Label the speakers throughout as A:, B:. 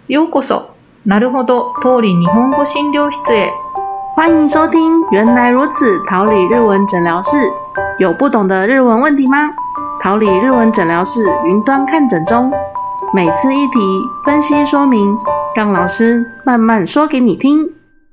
A: ようこそなるほど桃李日本語診療室へ。
B: 欢迎收听原来如此桃李日文诊疗室。有不懂的日文问题吗？桃李日文诊疗室云端看诊中，每次一题分析说明，让老师慢慢说给你听。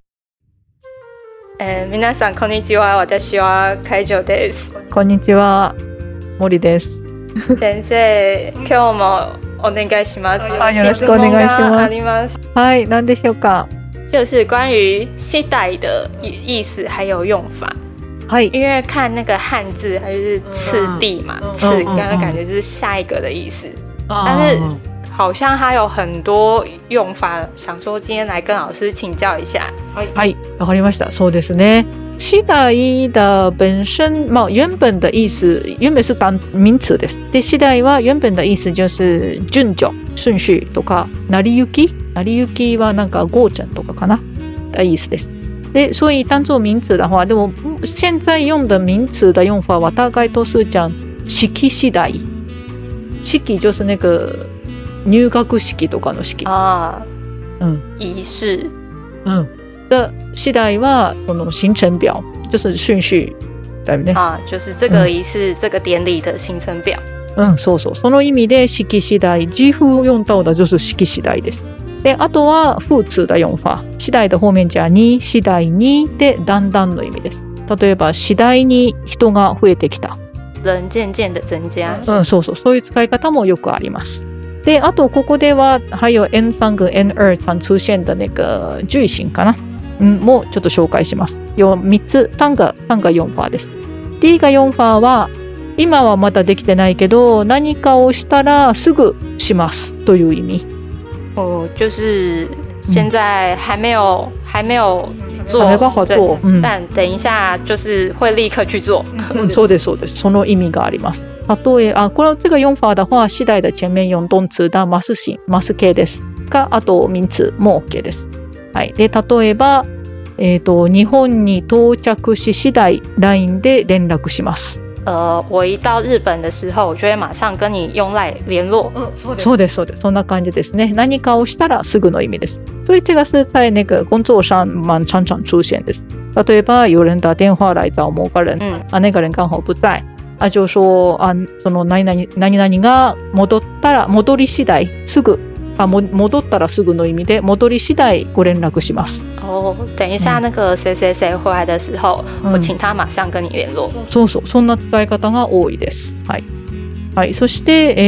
C: 皆さんこんにちは。私は会長です。
D: こんにちは、森です。
C: 先生、今日もお願いします。
D: よろしくお願いします。
C: 質問があります。
D: はい、何でしょうか？
C: 就是关于期待的意思还有用法。
D: はい。
C: 因为看那个汉字，它就是次第嘛，次刚刚感觉就是下一个的意思，但是好像它有很多用法，想说今天来跟老师请教一下。
D: はい、わかりました。そうですね。次第的本身，原本的意思原本是当名詞です。で、次第は原本的意思就是順序、順序とか、成り行きはなんか过程とかかな的意思です。で，所以当做名詞的話，でも現在用的名詞的用法は大概都是講式次第。式就是那个入学式とかの式
C: 啊，儀式，
D: 的次第はその行程表，就是順序だよね。
C: 就是这个仪式、这个典礼的行程表。
D: そうそう。その意味で式次第、字符用到的就是式次第です。で、あとは副詞的用法。次第的後面じゃに、次第にでだんだんの意味です。例えば次第に人が増えてきた。
C: 人渐渐的增加。
D: そうそう。そういう使い方もよくあります。で、あとここでは还有 N3跟 N2常出現的那个句型かな。もちょっと紹介します。3つ、3が用法です。第一个用法は、今はまだできてないけど、何かをしたらすぐしますという意味。
C: 就是现在还没有做，
D: 没办法做，
C: 但等一下就是会立刻去做。
D: そうですそうです。その意味があります。例えば、这个用法的话，次第的前面用動詞的ます形、ます形です。あと名詞も OK です。はい。で、例えば、日本に到着し次第 LINE で連絡します。
C: 我一到日本的时候，我就会马上跟你用 LINE 联络。
D: そうですそうです。そんな感じですね。何かをしたらすぐの意味です。所以这个是在那个工作上常常出现的。例えば有人打电话来找某个人，那个人刚好不在，就说その何々が戻り次第すぐ。戻ったらすぐの意味で戻り次第ご連絡します。
C: 等一下那个谁谁谁回来的时候，我请他马上跟你联絡。
D: そうそう。そんな使い方が多いです。はい。はい。そして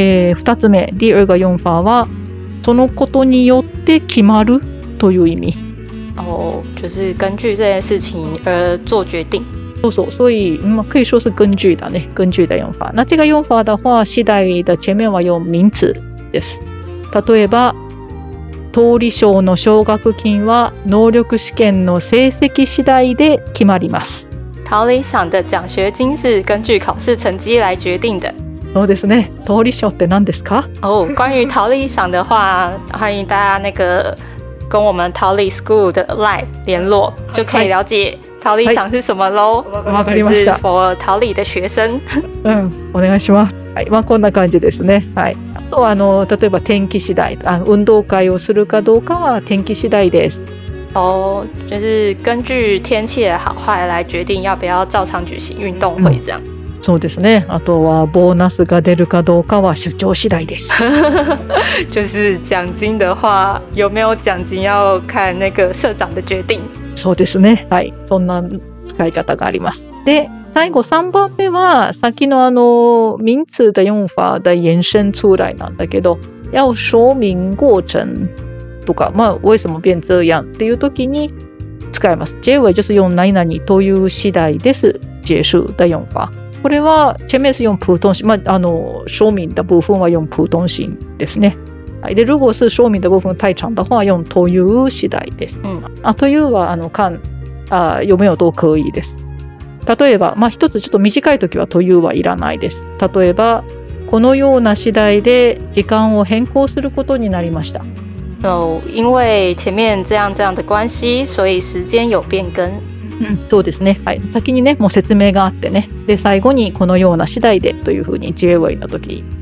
D: 、2つ目、第二个用法はそのことによって決まるという意味。
C: 就是根据这件事情而做决定。
D: そうそう。所以可以说是根据的ね。根据的用法。那这个用法的话，次第的前面は用名詞です。例えば、桃李賞の奨学金は能力試験の成績次第で決まります。
C: 桃李賞的奖学金是根据考试成绩来决定的。
D: そうですね。桃李賞って何ですか？
C: 关于桃李賞的话，欢迎大家那个跟我们桃李 School 的 LINE 联络，就可以了解桃李賞是什么咯。
D: わかりました。
C: 是 for 桃李的学生。
D: お願いします。はい。こんな感じですね。はい。あとは例えば天気次第、運動会をするかどうかは天気次第です。
C: 就是根据天气的好坏来决定要不要照常举行运动会这样。
D: そうですね。あとはボーナスが出るかどうかは社長次第です。
C: 就是奖金的话，有没有奖金要看那个社長的决定。
D: そうですね。はい。そんな使い方があります。で、最後3番目はさっきの名詞的用法的延伸出来なんだけど、要说明过程とか、为什么变这样っていう時に使います。结尾就是用何々という次第です结束的用法。これは前面是用普通型，说明的部分は用普通型ですね。で、如果是说明的部分太長的話、用という次第です。というは看有没有都可以です。例えば、一つちょっと短い時はというはいらないです。例えば、このような次第で時間を変更することになりました。
C: 因为前面这样的关系，所以時間有變更。
D: そうですね。はい。先にね、もう説明があってね。で、最後にこのような次第でというふうに JOA の時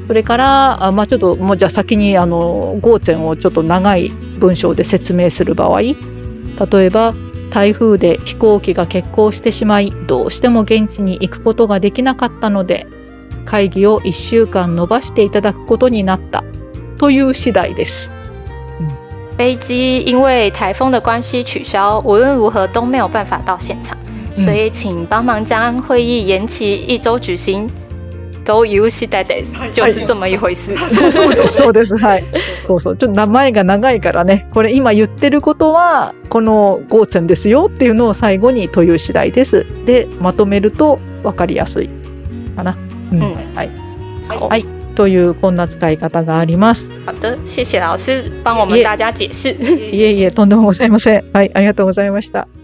D: それからちょっともうじゃあ先にゴーツェンをちょっと長い文章で説明する場合、例えば台風で飛行機が欠航してしまい、どうしても現地に行くことができなかったので会議を1週間延ばしていただくことになったという次第です。
C: 飞机因为台风的关系取消，无论如何都没有办法到现场，所以请帮忙将会议延期1周举行。都有次第です。就是这么一回事。
D: そうですそうです。はい。そうそう。ちょっと名前が長いからね。これ今言ってることはこのゴーツェンですよっていうのを最後にという次第です。でまとめると分かりやすいかな。はい。はい。というこんな使い方があります。
C: 好的，谢谢老师帮我们大家解释。
D: いえいえ、とんでもございません。はい、ありがとうございました。